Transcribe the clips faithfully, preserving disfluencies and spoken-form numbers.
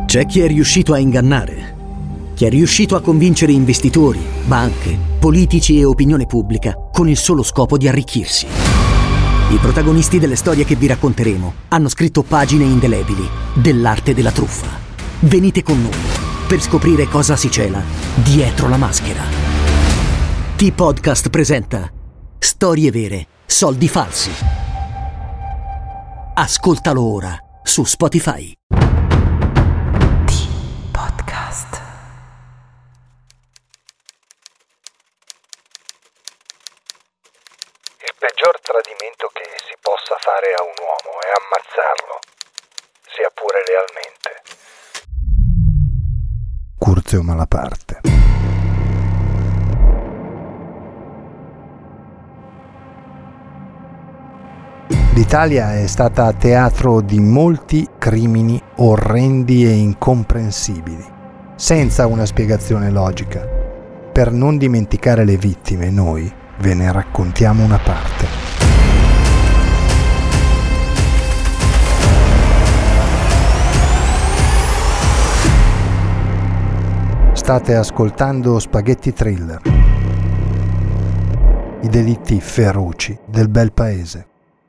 C'è chi è riuscito a ingannare, chi è riuscito a convincere investitori, banche, politici e opinione pubblica con il solo scopo di arricchirsi. I protagonisti delle storie che vi racconteremo hanno scritto pagine indelebili dell'arte della truffa. Venite con noi per scoprire cosa si cela dietro la maschera. T-Podcast presenta Storie vere, soldi falsi. Ascoltalo ora su Spotify. T-Podcast. Il peggior tradimento che si possa fare a un uomo è ammazzarlo, sia pure lealmente. Curzio Malaparte. L'Italia è stata teatro di molti crimini orrendi e incomprensibili, senza una spiegazione logica. Per non dimenticare le vittime, noi ve ne raccontiamo una parte. State ascoltando Spaghetti Thriller, i delitti feroci del bel paese.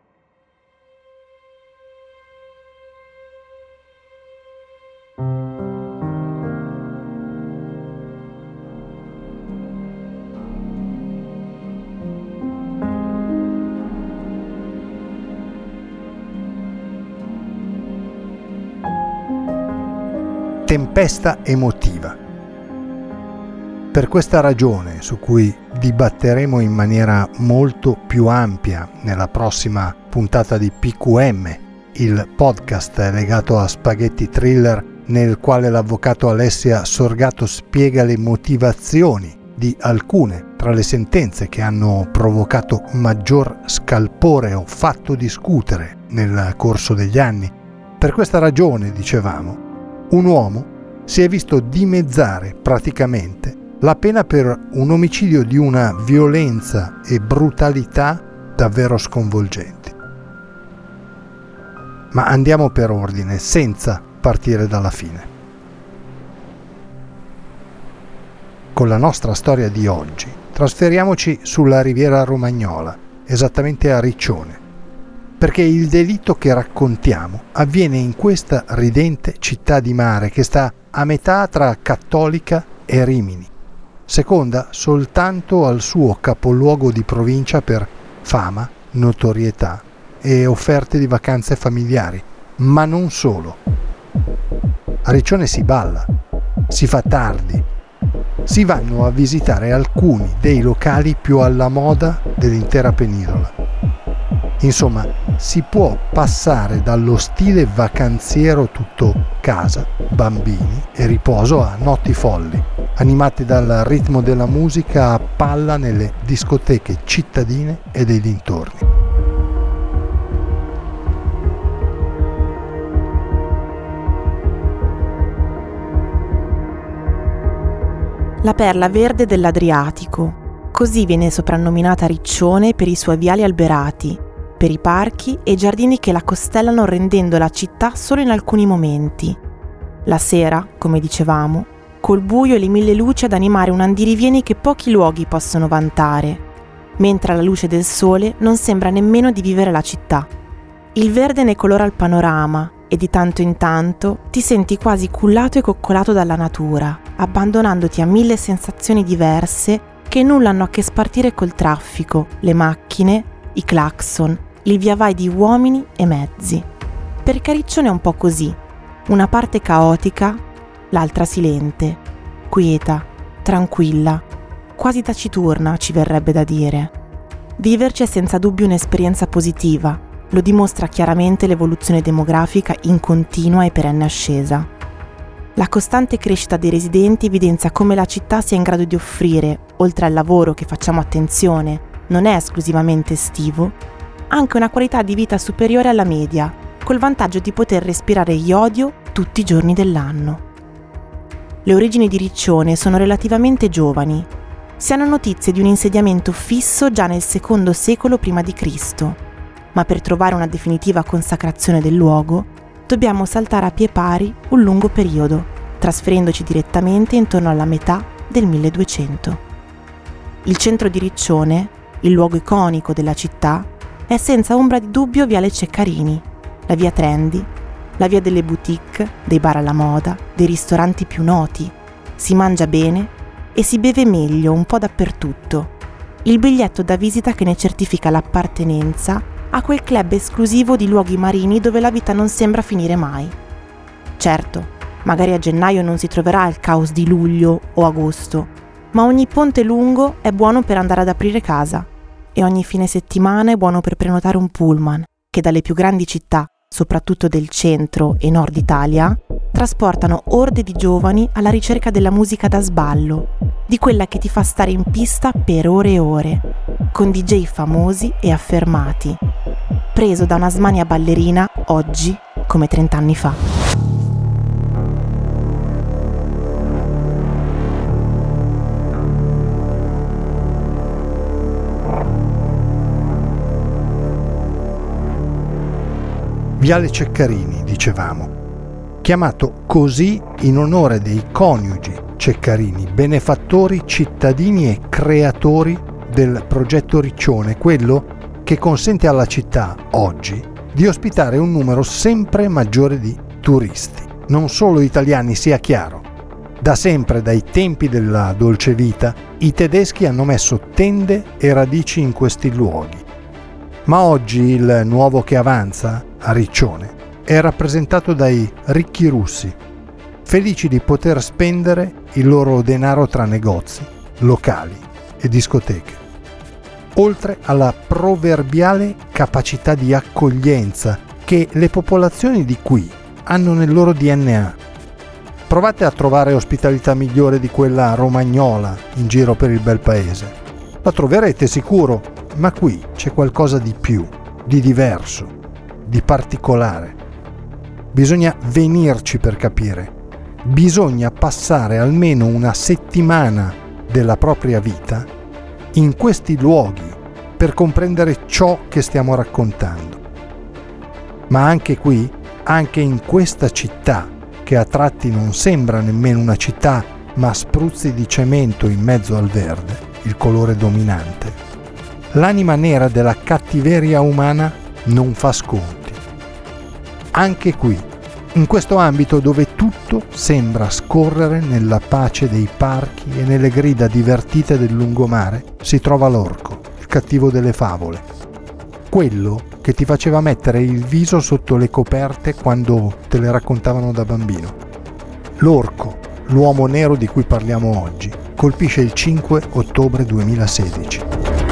Tempesta emotiva. Per questa ragione, su cui dibatteremo in maniera molto più ampia nella prossima puntata di P Q M, il podcast legato a Spaghetti Thriller, nel quale l'avvocato Alessia Sorgato spiega le motivazioni di alcune tra le sentenze che hanno provocato maggior scalpore o fatto discutere nel corso degli anni. Per questa ragione, dicevamo, un uomo si è visto dimezzare praticamente la pena per un omicidio di una violenza e brutalità davvero sconvolgenti. Ma andiamo per ordine, senza partire dalla fine. Con la nostra storia di oggi, trasferiamoci sulla Riviera Romagnola, esattamente a Riccione, perché il delitto che raccontiamo avviene in questa ridente città di mare che sta a metà tra Cattolica e Rimini, seconda soltanto al suo capoluogo di provincia per fama, notorietà e offerte di vacanze familiari, ma non solo. A Riccione si balla, si fa tardi, si vanno a visitare alcuni dei locali più alla moda dell'intera penisola. Insomma, si può passare dallo stile vacanziero tutto casa, bambini e riposo a notti folli, animati dal ritmo della musica a palla nelle discoteche cittadine e dei dintorni. La perla verde dell'Adriatico, così viene soprannominata Riccione per i suoi viali alberati, per i parchi e i giardini che la costellano rendendo la città solo in alcuni momenti. La sera, come dicevamo, col buio e le mille luci ad animare un andirivieni che pochi luoghi possono vantare, mentre alla luce del sole non sembra nemmeno di vivere la città. Il verde ne colora il panorama e di tanto in tanto ti senti quasi cullato e coccolato dalla natura, abbandonandoti a mille sensazioni diverse che nulla hanno a che spartire col traffico, le macchine, i clacson, il via vai di uomini e mezzi. Perché Riccione è un po' così, una parte caotica, l'altra silente, quieta, tranquilla, quasi taciturna ci verrebbe da dire. Viverci è senza dubbio un'esperienza positiva, lo dimostra chiaramente l'evoluzione demografica in continua e perenne ascesa. La costante crescita dei residenti evidenzia come la città sia in grado di offrire, oltre al lavoro che facciamo attenzione, non è esclusivamente estivo, anche una qualità di vita superiore alla media, col vantaggio di poter respirare iodio tutti i giorni dell'anno. Le origini di Riccione sono relativamente giovani. Si hanno notizie di un insediamento fisso già nel secondo secolo prima di Cristo, ma per trovare una definitiva consacrazione del luogo dobbiamo saltare a pie pari un lungo periodo, trasferendoci direttamente intorno alla metà del milleduecento. Il centro di Riccione, il luogo iconico della città, è senza ombra di dubbio Viale Ceccarini, la via trendy, la via delle boutique, dei bar alla moda, dei ristoranti più noti. Si mangia bene e si beve meglio un po' dappertutto. Il biglietto da visita che ne certifica l'appartenenza a quel club esclusivo di luoghi marini dove la vita non sembra finire mai. Certo, magari a gennaio non si troverà il caos di luglio o agosto, ma ogni ponte lungo è buono per andare ad aprire casa e ogni fine settimana è buono per prenotare un pullman che dalle più grandi città, soprattutto del centro e nord Italia, trasportano orde di giovani alla ricerca della musica da sballo, di quella che ti fa stare in pista per ore e ore, con D J famosi e affermati, preso da una smania ballerina oggi come trent'anni fa. Viale Ceccarini, dicevamo, chiamato così in onore dei coniugi Ceccarini, benefattori, cittadini e creatori del progetto Riccione, quello che consente alla città, oggi, di ospitare un numero sempre maggiore di turisti, non solo italiani, sia chiaro. Da sempre, dai tempi della dolce vita, i tedeschi hanno messo tende e radici in questi luoghi. Ma oggi il nuovo che avanza, a Riccione, è rappresentato dai ricchi russi, felici di poter spendere il loro denaro tra negozi, locali e discoteche, oltre alla proverbiale capacità di accoglienza che le popolazioni di qui hanno nel loro D N A. Provate a trovare ospitalità migliore di quella romagnola in giro per il bel paese. La troverete sicuro, ma qui c'è qualcosa di più, di diverso, di particolare. Bisogna venirci per capire. Bisogna passare almeno una settimana della propria vita in questi luoghi per comprendere ciò che stiamo raccontando. Ma anche qui, anche in questa città, che a tratti non sembra nemmeno una città, ma spruzzi di cemento in mezzo al verde, il colore dominante, l'anima nera della cattiveria umana non fa sconti. Anche qui, in questo ambito dove tutto sembra scorrere nella pace dei parchi e nelle grida divertite del lungomare, si trova l'orco, il cattivo delle favole. Quello che ti faceva mettere il viso sotto le coperte quando te le raccontavano da bambino. L'orco, l'uomo nero di cui parliamo oggi, colpisce il cinque ottobre duemilasedici.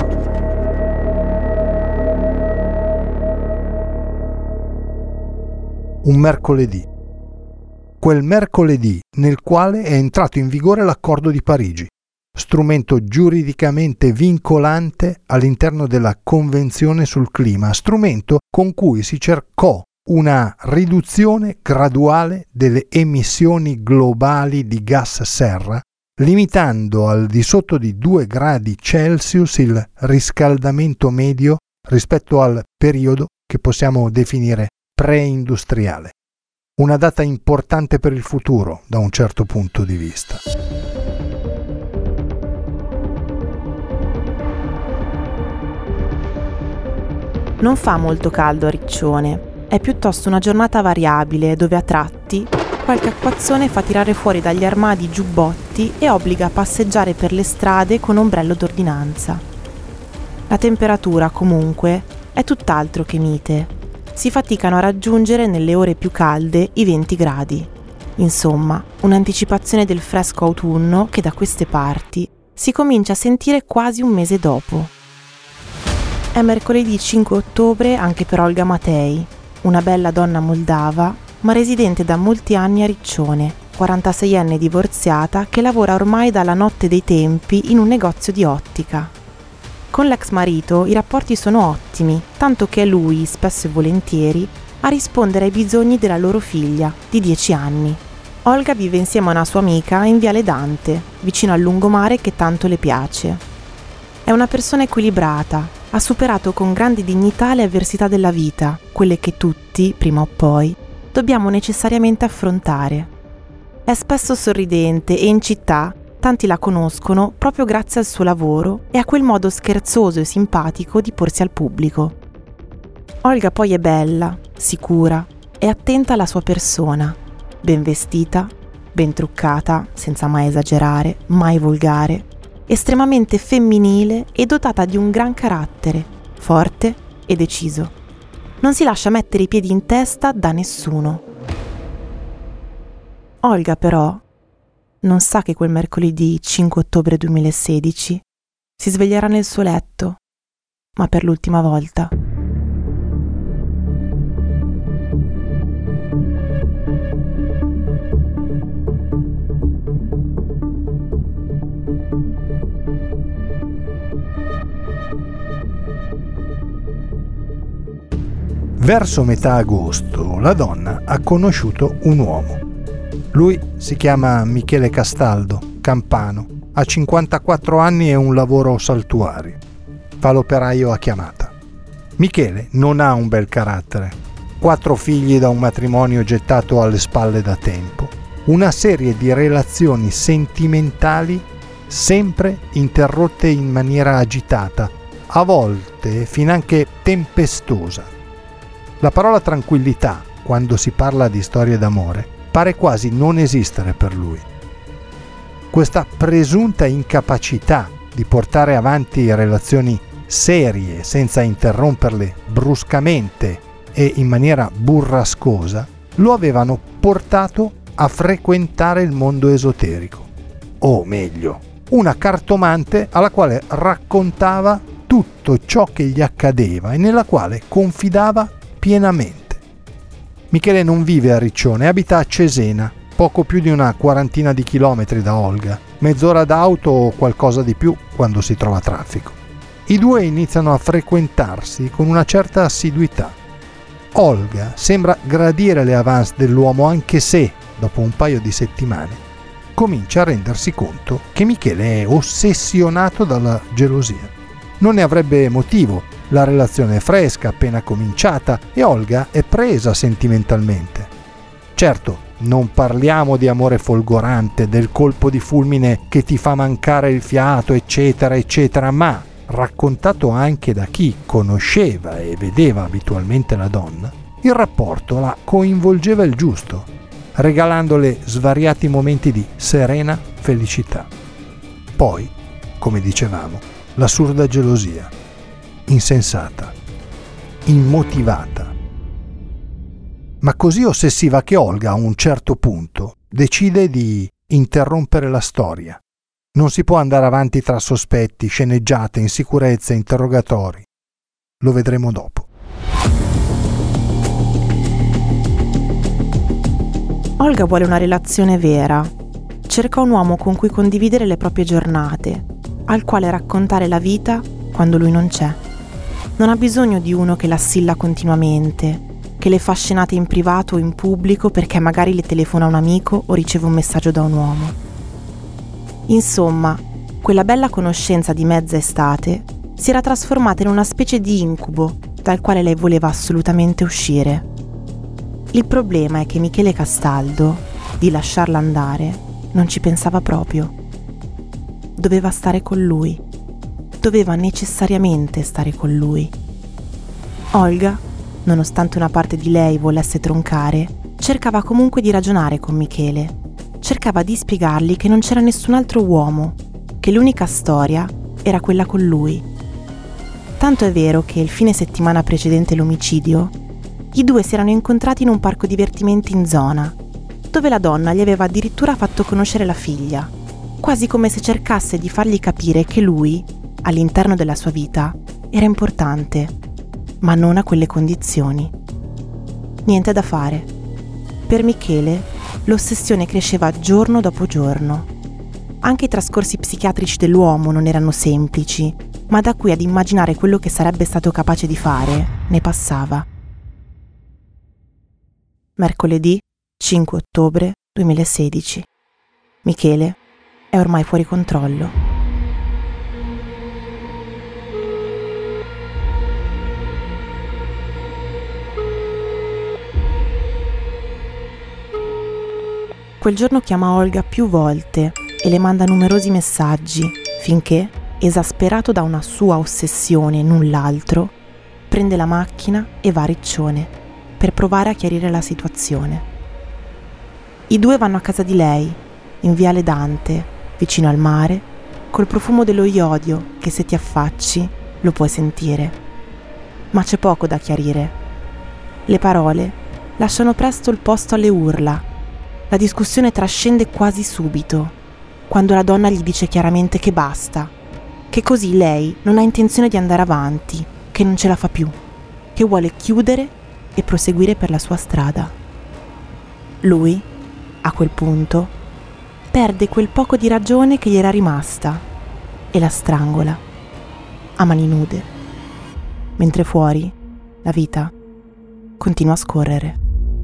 Un mercoledì. Quel mercoledì nel quale è entrato in vigore l'Accordo di Parigi, strumento giuridicamente vincolante all'interno della Convenzione sul clima, strumento con cui si cercò una riduzione graduale delle emissioni globali di gas serra, limitando al di sotto di due gradi Celsius il riscaldamento medio rispetto al periodo che possiamo definire preindustriale. Una data importante per il futuro da un certo punto di vista. Non fa molto caldo a Riccione, è piuttosto una giornata variabile dove a tratti qualche acquazzone fa tirare fuori dagli armadi i giubbotti e obbliga a passeggiare per le strade con ombrello d'ordinanza. La temperatura, comunque, è tutt'altro che mite. Si faticano a raggiungere nelle ore più calde i venti gradi. Insomma, un'anticipazione del fresco autunno che da queste parti si comincia a sentire quasi un mese dopo. È mercoledì cinque ottobre anche per Olga Matei, una bella donna moldava, ma residente da molti anni a Riccione, quarantaseienne divorziata che lavora ormai dalla notte dei tempi in un negozio di ottica. Con l'ex marito i rapporti sono ottimi, tanto che è lui, spesso e volentieri, a rispondere ai bisogni della loro figlia, di dieci anni. Olga vive insieme a una sua amica in Viale Dante, vicino al lungomare che tanto le piace. È una persona equilibrata, ha superato con grande dignità le avversità della vita, quelle che tutti, prima o poi, dobbiamo necessariamente affrontare. È spesso sorridente e in città tanti la conoscono proprio grazie al suo lavoro e a quel modo scherzoso e simpatico di porsi al pubblico. Olga poi è bella, sicura e attenta alla sua persona, ben vestita, ben truccata, senza mai esagerare, mai volgare, estremamente femminile e dotata di un gran carattere, forte e deciso. Non si lascia mettere i piedi in testa da nessuno. Olga però non sa che quel mercoledì cinque ottobre duemilasedici si sveglierà nel suo letto, ma per l'ultima volta. Verso metà agosto la donna ha conosciuto un uomo. Lui si chiama Michele Castaldo, campano, ha cinquantaquattro anni e un lavoro saltuario. Fa l'operaio a chiamata. Michele non ha un bel carattere. Quattro figli da un matrimonio gettato alle spalle da tempo. Una serie di relazioni sentimentali sempre interrotte in maniera agitata, a volte finanche tempestosa. La parola tranquillità, quando si parla di storie d'amore, pare quasi non esistere per lui. Questa presunta incapacità di portare avanti relazioni serie senza interromperle bruscamente e in maniera burrascosa lo avevano portato a frequentare il mondo esoterico. O meglio, una cartomante alla quale raccontava tutto ciò che gli accadeva e nella quale confidava pienamente. Michele non vive a Riccione, abita a Cesena, poco più di una quarantina di chilometri da Olga, mezz'ora d'auto o qualcosa di più quando si trova traffico. I due iniziano a frequentarsi con una certa assiduità. Olga sembra gradire le avance dell'uomo anche se, dopo un paio di settimane, comincia a rendersi conto che Michele è ossessionato dalla gelosia. Non ne avrebbe motivo. La relazione è fresca, appena cominciata, e Olga è presa sentimentalmente. Certo, non parliamo di amore folgorante, del colpo di fulmine che ti fa mancare il fiato, eccetera, eccetera, ma, raccontato anche da chi conosceva e vedeva abitualmente la donna, il rapporto la coinvolgeva il giusto, regalandole svariati momenti di serena felicità. Poi, come dicevamo, l'assurda gelosia. Insensata, immotivata, ma così ossessiva che Olga a un certo punto decide di interrompere la storia. Non si può andare avanti tra sospetti, sceneggiate, insicurezze, interrogatori. Lo vedremo dopo. Olga vuole una relazione vera. Cerca un uomo con cui condividere le proprie giornate, al quale raccontare la vita quando lui non c'è. Non ha bisogno di uno che la assilla continuamente, che le fa scenate in privato o in pubblico perché magari le telefona un amico o riceve un messaggio da un uomo. Insomma, quella bella conoscenza di mezza estate si era trasformata in una specie di incubo dal quale lei voleva assolutamente uscire. Il problema è che Michele Castaldo, di lasciarla andare, non ci pensava proprio. Doveva stare con lui. Doveva necessariamente stare con lui. Olga, nonostante una parte di lei volesse troncare, cercava comunque di ragionare con Michele. Cercava di spiegargli che non c'era nessun altro uomo, che l'unica storia era quella con lui. Tanto è vero che il fine settimana precedente l'omicidio, i due si erano incontrati in un parco divertimenti in zona, dove la donna gli aveva addirittura fatto conoscere la figlia, quasi come se cercasse di fargli capire che lui, all'interno della sua vita, era importante, ma non a quelle condizioni. Niente da fare. Per Michele l'ossessione cresceva giorno dopo giorno. Anche i trascorsi psichiatrici dell'uomo non erano semplici, ma da qui ad immaginare quello che sarebbe stato capace di fare, ne passava. Mercoledì cinque ottobre duemilasedici. Michele è ormai fuori controllo. quel giorno chiama Olga più volte e le manda numerosi messaggi, finché, esasperato da una sua ossessione e null'altro, prende la macchina e va a Riccione per provare a chiarire la situazione. I due vanno a casa di lei, in Viale Dante, vicino al mare, col profumo dello iodio che se ti affacci lo puoi sentire. Ma c'è poco da chiarire. Le parole lasciano presto il posto alle urla. La discussione trascende quasi subito, quando la donna gli dice chiaramente che basta, che così lei non ha intenzione di andare avanti, che non ce la fa più, che vuole chiudere e proseguire per la sua strada. Lui, a quel punto, perde quel poco di ragione che gli era rimasta e la strangola, a mani nude, mentre fuori la vita continua a scorrere.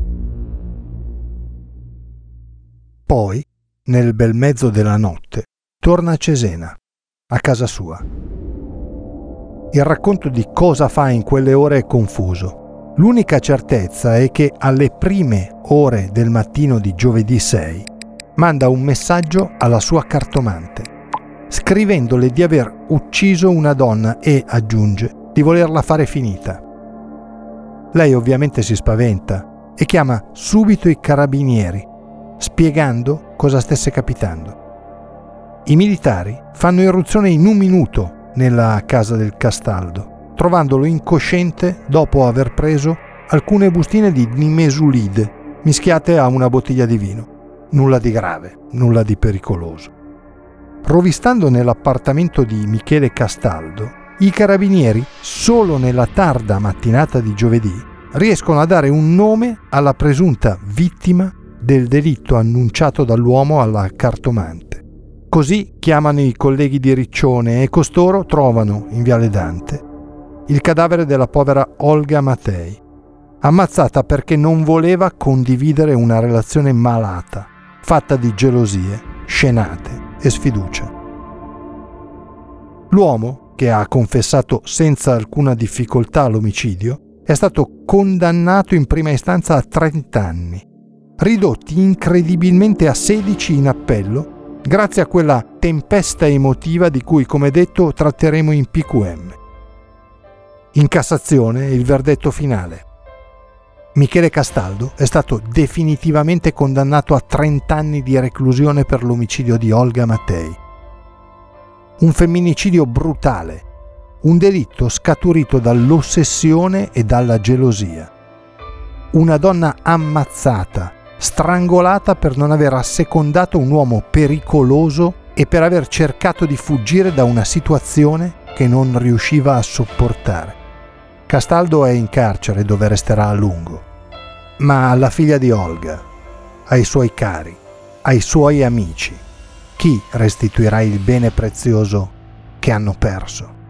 Poi, nel bel mezzo della notte, torna a Cesena, a casa sua. Il racconto di cosa fa in quelle ore è confuso. L'unica certezza è che alle prime ore del mattino di giovedì sei manda un messaggio alla sua cartomante, scrivendole di aver ucciso una donna e, aggiunge, di volerla fare finita. Lei ovviamente si spaventa e chiama subito i carabinieri, spiegando cosa stesse capitando. I militari fanno irruzione in un minuto nella casa del Castaldo, trovandolo incosciente dopo aver preso alcune bustine di nimesulide mischiate a una bottiglia di vino. Nulla di grave, nulla di pericoloso. Rovistando nell'appartamento di Michele Castaldo, i carabinieri, solo nella tarda mattinata di giovedì, riescono a dare un nome alla presunta vittima del delitto annunciato dall'uomo alla cartomante. Così chiamano i colleghi di Riccione e costoro trovano, in Viale Dante, il cadavere della povera Olga Matei, ammazzata perché non voleva condividere una relazione malata, fatta di gelosie, scenate e sfiducia. L'uomo, che ha confessato senza alcuna difficoltà l'omicidio, è stato condannato in prima istanza a trenta anni, ridotti incredibilmente a sedici in appello, grazie a quella tempesta emotiva di cui, come detto, tratteremo in P Q M. In Cassazione il verdetto finale. Michele Castaldo è stato definitivamente condannato a trenta anni di reclusione per l'omicidio di Olga Matei. Un femminicidio brutale, un delitto scaturito dall'ossessione e dalla gelosia. Una donna ammazzata, strangolata per non aver assecondato un uomo pericoloso e per aver cercato di fuggire da una situazione che non riusciva a sopportare. Castaldo è in carcere dove resterà a lungo, ma alla figlia di Olga, ai suoi cari, ai suoi amici, chi restituirà il bene prezioso che hanno perso?